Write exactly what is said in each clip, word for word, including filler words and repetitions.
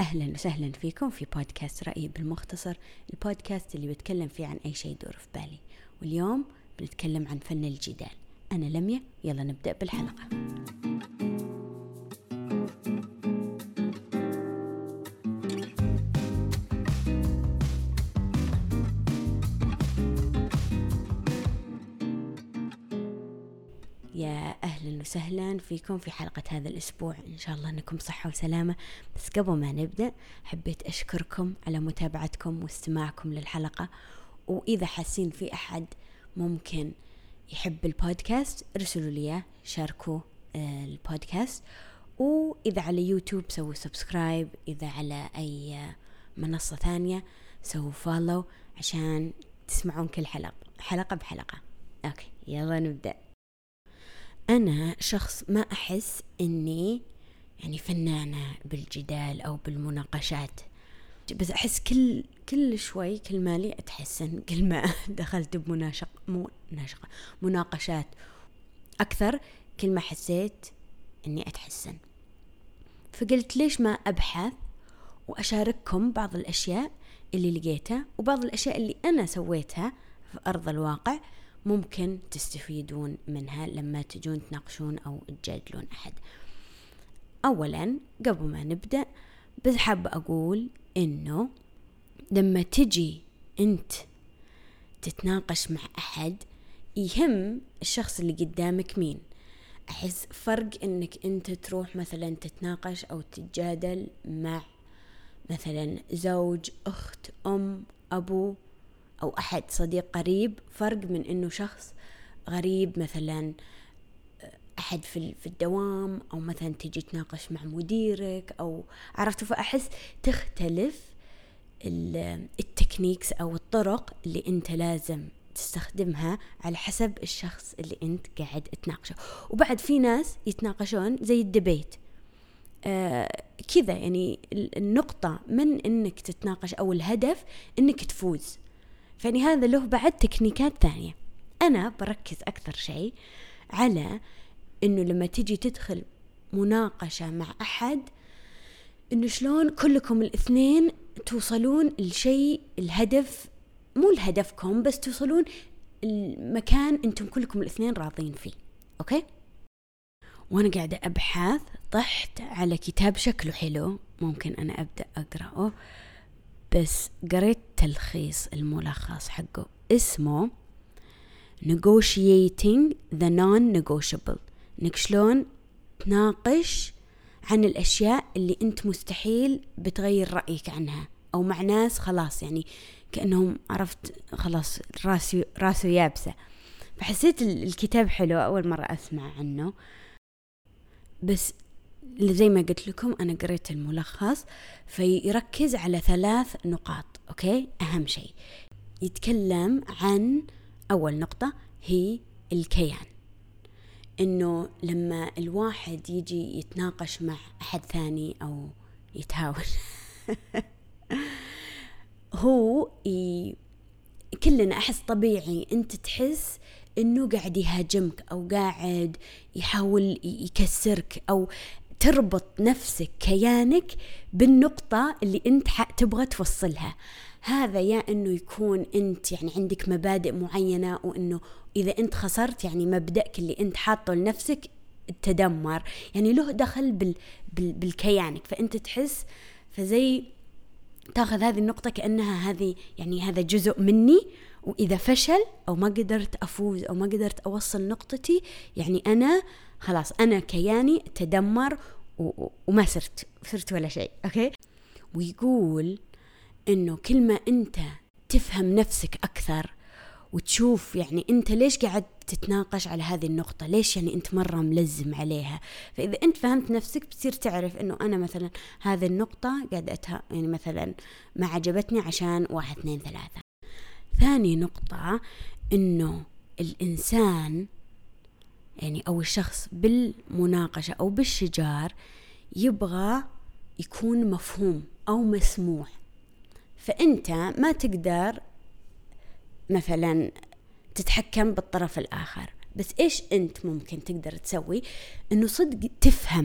أهلا وسهلا فيكم في بودكاست رأيي بالمختصر، البودكاست اللي بتكلم فيه عن أي شيء يدور في بالي. واليوم بنتكلم عن فن الجدال. أنا لميا، يلا نبدأ بالحلقة. يا أهلا وسهلا فيكم في حلقة هذا الأسبوع، إن شاء الله أنكم صحة وسلامة. بس قبل ما نبدأ حبيت أشكركم على متابعتكم واستماعكم للحلقة، وإذا حاسين في أحد ممكن يحب البودكاست ارسلوا لي، شاركوا البودكاست. وإذا على يوتيوب سووا سبسكرايب، إذا على أي منصة ثانية سووا فولو عشان تسمعون كل حلقة حلقة بحلقة. أوكي يلا نبدأ. أنا شخص ما أحس إني يعني فنانة بالجدال أو بالمناقشات، بس أحس كل كل شوي كل ما لي أتحسن، كل ما دخلت بمناشق مناشقة مناقشات أكثر كل ما حسيت إني أتحسن. فقلت ليش ما أبحث وأشارككم بعض الأشياء اللي لقيتها وبعض الأشياء اللي أنا سويتها في أرض الواقع، ممكن تستفيدون منها لما تجون تناقشون أو تجادلون أحد. أولا قبل ما نبدأ بس حاب أقول إنه لما تجي أنت تتناقش مع أحد يهم الشخص اللي قدامك مين. أحس فرق إنك أنت تروح مثلا تتناقش أو تتجادل مع مثلا زوج، أخت، أم، أبو أو أحد صديق قريب، فرق من إنه شخص غريب مثلا أحد في في الدوام، أو مثلا تيجي تناقش مع مديرك أو عرفتوا. فأحس تختلف التكنيكس أو الطرق اللي أنت لازم تستخدمها على حسب الشخص اللي أنت قاعد تناقشه. وبعد في ناس يتناقشون زي الدبيت آه كذا، يعني النقطة من إنك تتناقش أو الهدف إنك تفوز. فاني هذا له بعد تكنيكات ثانية. أنا بركز أكثر شيء على إنه لما تيجي تدخل مناقشة مع أحد، إنه شلون كلكم الاثنين توصلون لشيء، الهدف مو الهدفكم بس توصلون المكان أنتم كلكم الاثنين راضين فيه. أوكي؟ وأنا قاعدة أبحث طحت على كتاب شكله حلو، ممكن أنا أبدأ أقرأه، بس قريت تلخيص الملخص حقه، اسمه Negotiating the Non-Negotiable. إنك شلون تناقش عن الأشياء اللي أنت مستحيل بتغير رأيك عنها، أو مع ناس خلاص يعني كأنهم عرفت خلاص راسي راسه يابسة. فحسيت الكتاب حلو، أول مرة أسمع عنه، بس زي ما قلت لكم أنا قريت الملخص، فيركز على ثلاث نقاط. أوكي، أهم شيء يتكلم عن أول نقطة هي الكيان، إنه لما الواحد يجي يتناقش مع أحد ثاني أو يتهاون هو ي... كلنا أحس طبيعي أنت تحس إنه قاعد يهاجمك أو قاعد يحاول يكسرك، أو تربط نفسك كيانك بالنقطة اللي أنت تبغى توصلها. هذا يا إنه يكون أنت يعني عندك مبادئ معينة، وإنه إذا أنت خسرت يعني مبدأك اللي أنت حاطه لنفسك التدمر، يعني له دخل بال بال بالكيانك. فأنت تحس فزي تاخذ هذه النقطة كأنها هذه يعني هذا جزء مني، وإذا فشل أو ما قدرت أفوز أو ما قدرت أوصل نقطتي، يعني أنا خلاص أنا كياني تدمر وما صرت صرت ولا شيء. أوكي، ويقول إنه كل ما أنت تفهم نفسك أكثر وتشوف يعني أنت ليش قاعد تتناقش على هذه النقطة، ليش يعني أنت مرة ملزم عليها. فإذا أنت فهمت نفسك بتصير تعرف إنه أنا مثلا هذه النقطة قاعدة أتها يعني مثلا ما عجبتني عشان واحد اثنين ثلاثة. ثاني نقطة إنه الإنسان يعني أو الشخص بالمناقشة أو بالشجار يبغى يكون مفهوم أو مسموع. فأنت ما تقدر مثلا تتحكم بالطرف الآخر، بس إيش أنت ممكن تقدر تسوي إنه صدق تفهم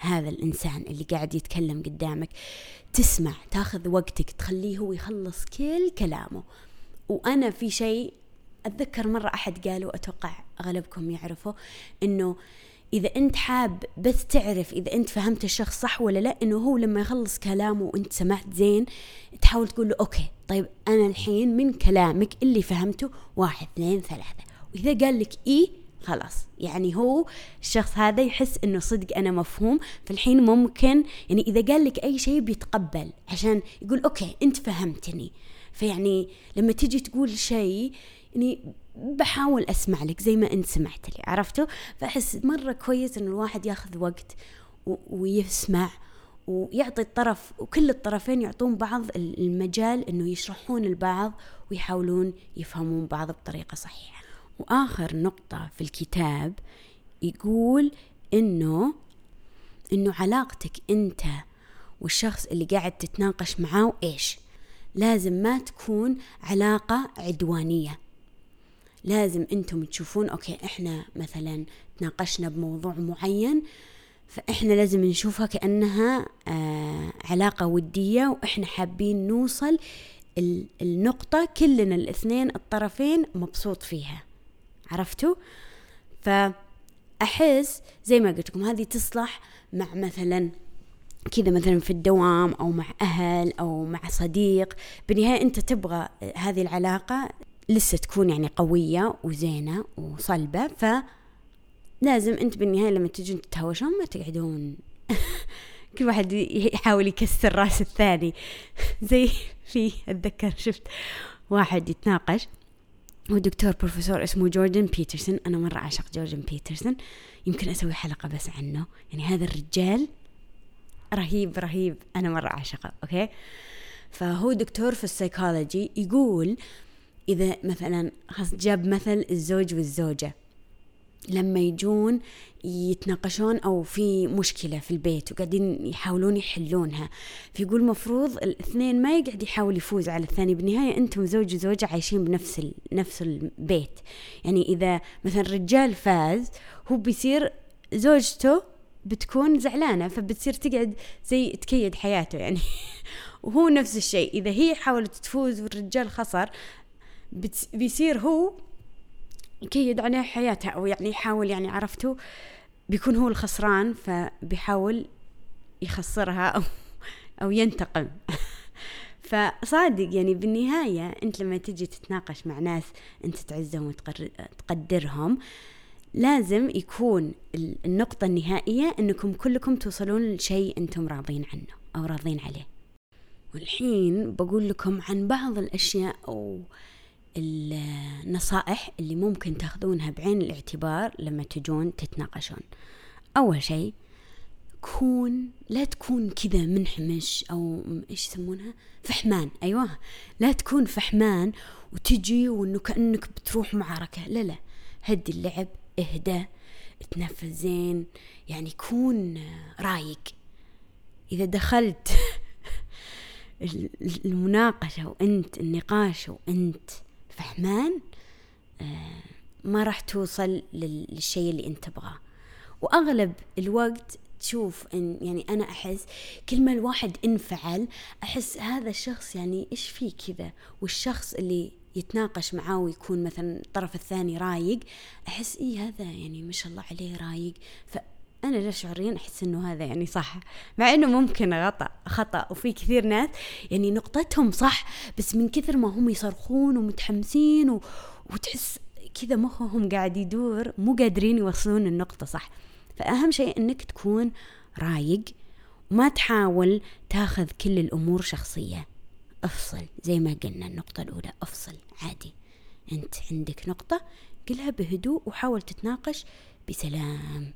هذا الإنسان اللي قاعد يتكلم قدامك، تسمع، تاخذ وقتك، تخليه هو يخلص كل كلامه. وأنا في شيء أتذكر مرة أحد قاله، أتوقع أغلبكم يعرفوا، إنه إذا أنت حاب بس تعرف إذا أنت فهمت الشخص صح ولا لا، إنه هو لما يخلص كلامه وأنت سمعت زين تحاول تقول له أوكي طيب أنا الحين من كلامك اللي فهمته واحد اثنين ثلاثة، وإذا قال لك إيه خلاص يعني هو الشخص هذا يحس إنه صدق أنا مفهوم. فالحين ممكن يعني إذا قال لك أي شيء بيتقبل عشان يقول أوكي أنت فهمتني. فيعني لما تيجي تقول شيء يعني بحاول أسمع لك زي ما أنت سمعت لي، عرفتوا؟ فأحس مرة كويس إنه الواحد ياخذ وقت ويسمع ويعطي الطرف، وكل الطرفين يعطون بعض المجال إنه يشرحون البعض ويحاولون يفهمون بعض بطريقة صحيحة. وآخر نقطة في الكتاب يقول إنه إنه علاقتك أنت والشخص اللي قاعد تتناقش معاه إيش، لازم ما تكون علاقة عدوانية. لازم أنتم تشوفون أوكي إحنا مثلا تناقشنا بموضوع معين، فإحنا لازم نشوفها كأنها آه علاقة ودية، وإحنا حابين نوصل النقطة كلنا الاثنين الطرفين مبسوط فيها، عرفتوا؟ فأحس زي ما قلت لكم هذه تصلح مع مثلا كذا مثلا في الدوام أو مع أهل أو مع صديق. بالنهاية أنت تبغى هذه العلاقة لسه تكون يعني قوية وزينة وصلبة، فلازم أنت بالنهاية لما تجون تتهاوشون ما تقعدون كل واحد يحاول يكسر راس الثاني. زي في أتذكر شفت واحد يتناقش، هو دكتور بروفيسور اسمه جوردن بيترسون. أنا مرة أعشق جوردن بيترسون، يمكن أسوي حلقة بس عنه. يعني هذا الرجال رهيب رهيب، أنا مرة أعشقه. أوكي، فهو دكتور في السيكولوجي. يقول إذا مثلا جاب مثل الزوج والزوجة لما يجون يتناقشون أو في مشكلة في البيت وقاعدين يحاولون يحلونها، فيقول مفروض الاثنين ما يقعد يحاول يفوز على الثاني. بالنهاية أنتم زوج وزوجة عايشين بنفس ال... نفس البيت. يعني إذا مثلا رجال فاز، هو بيصير زوجته بتكون زعلانة، فبتصير تقعد زي تكيد حياته يعني. وهو نفس الشيء، إذا هي حاولت تفوز والرجال خسر، بت... بيصير هو يكيد عليه حياتها، أو يعني يحاول يعني عرفتوا بيكون هو الخسران، فبيحاول يخسرها أو, أو ينتقم. فصادق يعني بالنهاية أنت لما تجي تتناقش مع ناس أنت تعزهم وتقدرهم، لازم يكون النقطة النهائية أنكم كلكم توصلون لشيء أنتم راضين عنه أو راضين عليه. والحين بقول لكم عن بعض الأشياء أو النصائح اللي ممكن تاخذونها بعين الاعتبار لما تجون تتناقشون. أول شيء، كون لا تكون كذا منحمش أو إيش يسمونها فحمان. أيوة، لا تكون فحمان وتجي وإنه كأنك بتروح معركة. لا لا، هدي اللعب، اهدى، اتنفس زين، يعني كون رايق. إذا دخلت المناقشة وأنت النقاش وأنت فحمان، آه ما راح توصل للشيء اللي أنت تبغاه. وأغلب الوقت تشوف إن يعني أنا أحس كل ما الواحد انفعل أحس هذا الشخص يعني إيش فيه كذا، والشخص اللي يتناقش معاه ويكون مثلا الطرف الثاني رايق أحس إيه هذا يعني ما شاء الله عليه رايق. فأنا لا شعوريا أحس إنه هذا يعني صح، مع إنه ممكن غطأ خطأ. وفي كثير ناس يعني نقطتهم صح، بس من كثر ما هم يصرخون ومتحمسين و... وتحس كذا مخهم قاعد يدور، مو قادرين يوصلون النقطة صح. فأهم شيء إنك تكون رايق وما تحاول تاخذ كل الأمور شخصية. أفصل زي ما قلنا النقطة الأولى، أفصل عادي. أنت عندك نقطة قلها بهدوء وحاول تتناقش بسلام.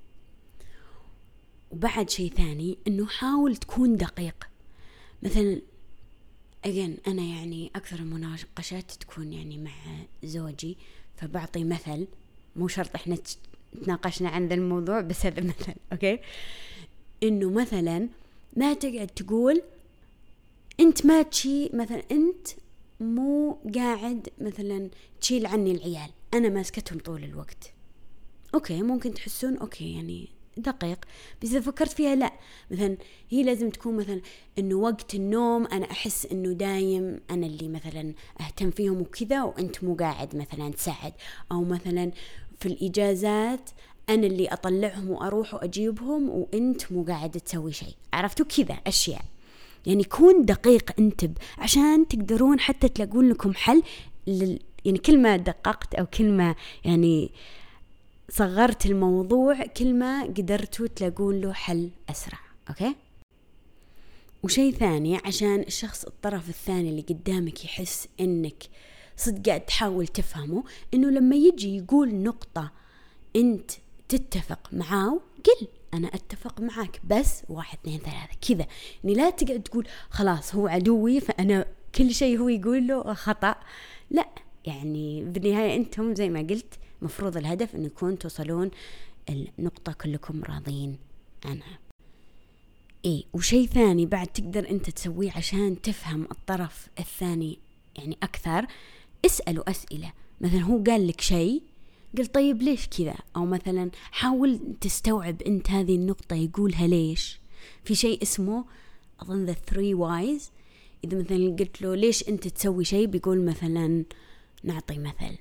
وبعد شيء ثاني إنه حاول تكون دقيق. مثلا أجن أنا يعني أكثر المناقشات تكون يعني مع زوجي، فبعطي مثل، مو شرط إحنا تناقشنا عن ذا الموضوع بس هذا مثل. أوكي، إنه مثلا ما تقعد تقول أنت ما تشي، مثلا أنت مو قاعد مثلا تشيل عني العيال، أنا ماسكتهم طول الوقت. أوكي، ممكن تحسون أوكي يعني دقيق. بس إذا فكرت فيها لا، مثلا هي لازم تكون مثلا إنه وقت النوم أنا أحس إنه دايم أنا اللي مثلا أهتم فيهم وكذا، وأنت مو قاعد مثلا تساعد. أو مثلا في الإجازات أنا اللي أطلعهم وأروح وأجيبهم وأنت مو قاعد تسوي شيء. عرفتوا كذا أشياء؟ يعني كون دقيق أنت عشان تقدرون حتى تلاقون لكم حل لل... يعني كل ما دققت أو كل ما يعني صغرت الموضوع كل ما قدرتوا تلاقون له حل أسرع. أوكي؟ وشيء ثاني عشان الشخص الطرف الثاني اللي قدامك يحس إنك صدق قاعد تحاول تفهمه، إنه لما يجي يقول نقطة أنت تتفق معاه قل أنا أتفق معك بس واحد اثنين ثلاثة كذا. يعني لا تقعد تقول خلاص هو عدوي فأنا كل شيء هو يقول له خطأ. لا، يعني بالنهاية أنتم زي ما قلت مفروض الهدف أن يكون توصلون النقطة كلكم راضين عنها. إيه، وشيء ثاني بعد تقدر أنت تسويه عشان تفهم الطرف الثاني يعني أكثر، اسألوا أسئلة. مثلا هو قال لك شيء قل طيب ليش كذا، أو مثلا حاول تستوعب أنت هذه النقطة يقولها ليش. في شيء اسمه أظن the three whys. إذا مثلا قلت له ليش أنت تسوي شيء بيقول مثلا، نعطي مثل،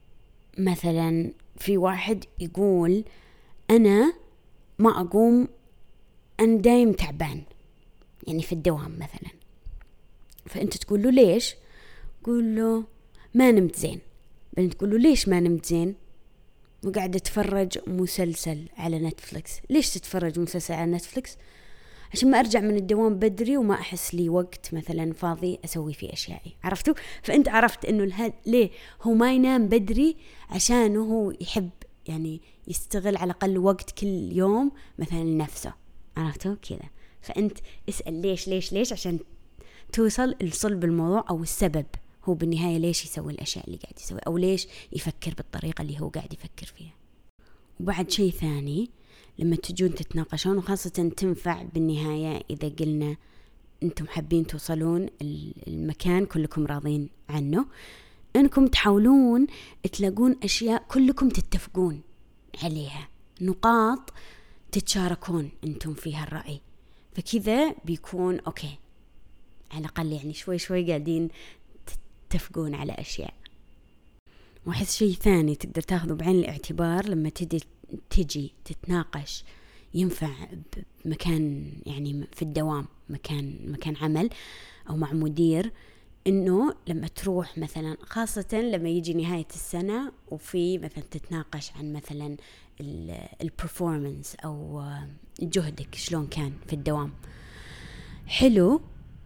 مثلا في واحد يقول أنا ما أقوم، أنا دايم تعبان يعني في الدوام مثلا. فأنت تقول له ليش؟ قول له ما نمت زين. بعدين تقول له ليش ما نمت زين؟ وقاعد أتفرج مسلسل على نتفليكس. ليش تتفرج مسلسل على نتفليكس؟ عشان ما أرجع من الدوام بدري وما أحس لي وقت مثلا فاضي أسوي فيه أشيائي. عرفتوا؟ فأنت عرفت إنه الهد ليه هو ما ينام بدري، عشانه هو يحب يعني يستغل على الأقل وقت كل يوم مثلا لنفسه. عرفتوا كذا؟ فأنت اسأل ليش ليش ليش عشان توصل لصلب الموضوع أو السبب هو بالنهاية ليش يسوي الأشياء اللي قاعد يسوي، أو ليش يفكر بالطريقة اللي هو قاعد يفكر فيها. وبعد شيء ثاني لما تجون تتناقشون، وخاصة تنفع بالنهاية إذا قلنا أنتم حابين توصلون المكان كلكم راضين عنه، أنكم تحاولون تلاقون أشياء كلكم تتفقون عليها، نقاط تتشاركون أنتم فيها الرأي. فكذا بيكون أوكي، على الأقل يعني شوي شوي قاعدين تتفقون على أشياء. وأحس شيء ثاني تقدر تاخذه بعين الاعتبار لما تجي تجي تتناقش، ينفع بمكان يعني في الدوام، مكان مكان عمل أو مع مدير، إنه لما تروح مثلا، خاصة لما يجي نهاية السنة وفي مثلا تتناقش عن مثلا البرفورمانس أو جهدك شلون كان في الدوام، حلو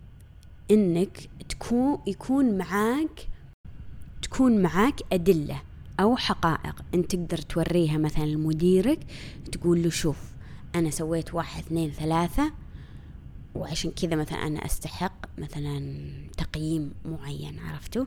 إنك تكون يكون معاك تكون معاك أدلة أو حقائق أنت تقدر توريها مثلا لمديرك، تقول له شوف أنا سويت واحد اثنين ثلاثة وعشان كذا مثلا أنا أستحق مثلا تقييم معين. عرفتوا؟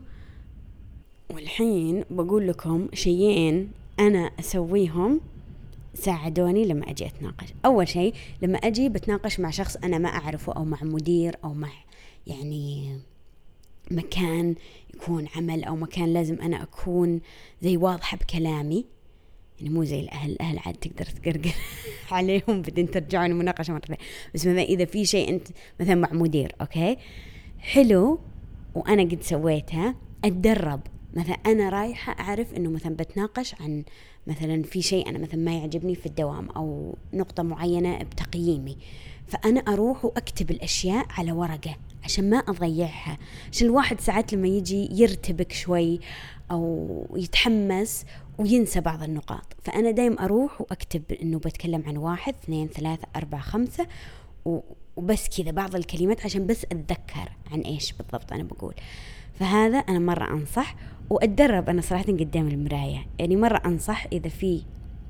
والحين بقول لكم شيئين أنا أسويهم ساعدوني لما أجي أتناقش. أول شيء لما أجي بتناقش مع شخص أنا ما أعرفه أو مع مدير أو مع يعني مكان يكون عمل أو مكان لازم أنا أكون زي واضحة بكلامي، يعني مو زي الأهل الأهل عاد تقدر تقرقر عليهم بدين ترجعون المناقشة مرة. بس مثلا إذا في شيء أنت مثلا مع مدير أوكي حلو وأنا قد سويتها، أتدرب. مثلا أنا رايحة أعرف إنه مثلا بتناقش عن مثلا في شيء أنا مثلا ما يعجبني في الدوام أو نقطة معينة بتقييمي، فأنا أروح وأكتب الأشياء على ورقة عشان ما أضيعها. عشان الواحد ساعات لما يجي يرتبك شوي أو يتحمس وينسى بعض النقاط، فأنا دايم أروح وأكتب إنه بتكلم عن واحد اثنين ثلاثة أربعة خمسة وبس كذا بعض الكلمات عشان بس أتذكر عن إيش بالضبط أنا بقول. فهذا أنا مرة أنصح، وأتدرب أنا صراحة قدام المراية. يعني مرة أنصح إذا في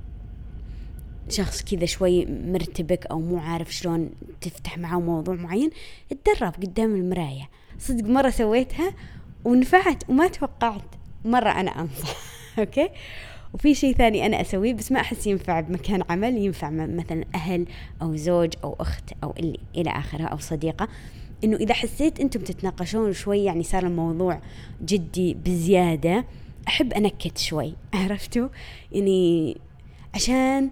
شخص كذا شوي مرتبك أو مو عارف شلون تفتح معه موضوع معين، اتدرب قدام المراية. صدق مرة سويتها ونفعت وما توقعت، مرة أنا أنصح. أوكي. وفي شيء ثاني أنا أسويه بس ما أحس ينفع بمكان عمل، ينفع مثلا أهل أو زوج أو أخت أو اللي إلى آخرها أو صديقة، إنه إذا حسيت أنتم تتناقشون شوي يعني صار الموضوع جدي بزيادة، أحب أنكت شوي. عرفتوا؟ يعني عشان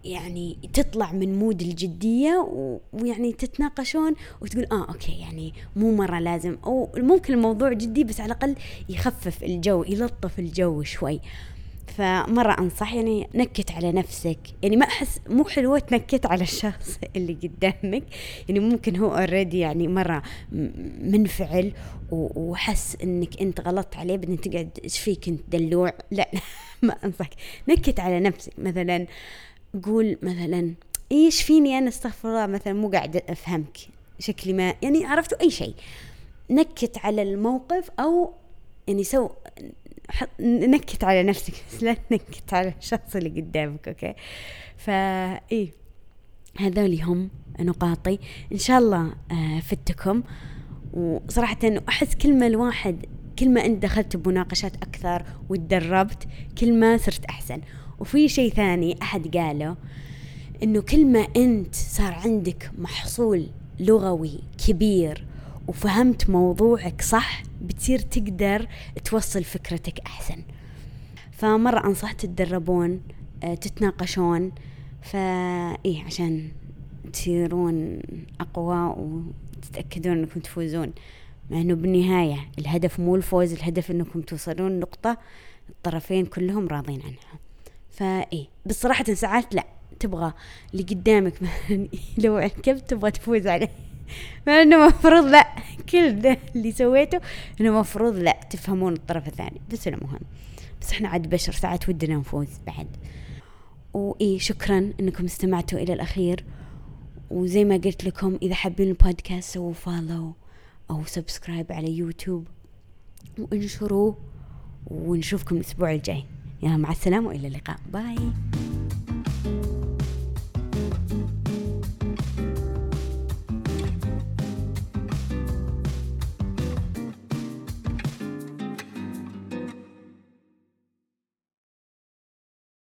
يعني تطلع من مود الجدية ويعني تتناقشون وتقول آه أوكي يعني مو مرة لازم، أو ممكن الموضوع جدي بس على الأقل يخفف الجو، يلطف الجو شوي. فمرة أنصح يعني نكت على نفسك، يعني ما أحس مو حلوة تنكت على الشخص اللي قدامك، يعني ممكن هو already يعني مرة منفعل وحس إنك أنت غلطت عليه، بدنا تقعد إيش فيك أنت دلوع، لا ما أنصحك. نكت على نفسك، مثلا قول مثلا إيش فيني أنا استغفر الله، مثلا مو قاعد أفهمك شكلي ما يعني عرفتوا أي شيء، نكت على الموقف، أو يعني سو نكت على نفسك بس لا نكت على الشخص اللي قدامك. أوكي فإيه هذولي هم نقاطي إن شاء الله فتكم. وصراحة أنه أحس كلمة الواحد كل ما أنت دخلت بمناقشات أكثر وتدربت كل ما صرت أحسن. وفي شيء ثاني أحد قاله أنه كل ما أنت صار عندك محصول لغوي كبير وفهمت موضوعك صح بتصير تقدر توصل فكرتك أحسن. فمرة أنصح تتدربون تتناقشون فإيه عشان تصيرون أقوى وتتأكدون أنكم تفوزون، مع أنه بالنهاية الهدف مو الفوز، الهدف أنكم توصلون نقطة الطرفين كلهم راضين عنها. فإيه بصراحة ساعات لا تبغى اللي قدامك لو عكبت تبغى تفوز عليه، مع أنه مفروض لا، كل ده اللي سويته أنه مفروض لا تفهمون الطرف الثاني، بس لا مهم، بس إحنا عاد بشر ساعات ودنا نفوز بعد. وإيه شكرا أنكم استمعتوا إلى الأخير، وزي ما قلت لكم إذا حابين البودكاست سووا فولو أو سبسكرايب على يوتيوب وانشروه، ونشوفكم الأسبوع الجاي. يلا مع السلامة وإلى اللقاء، باي.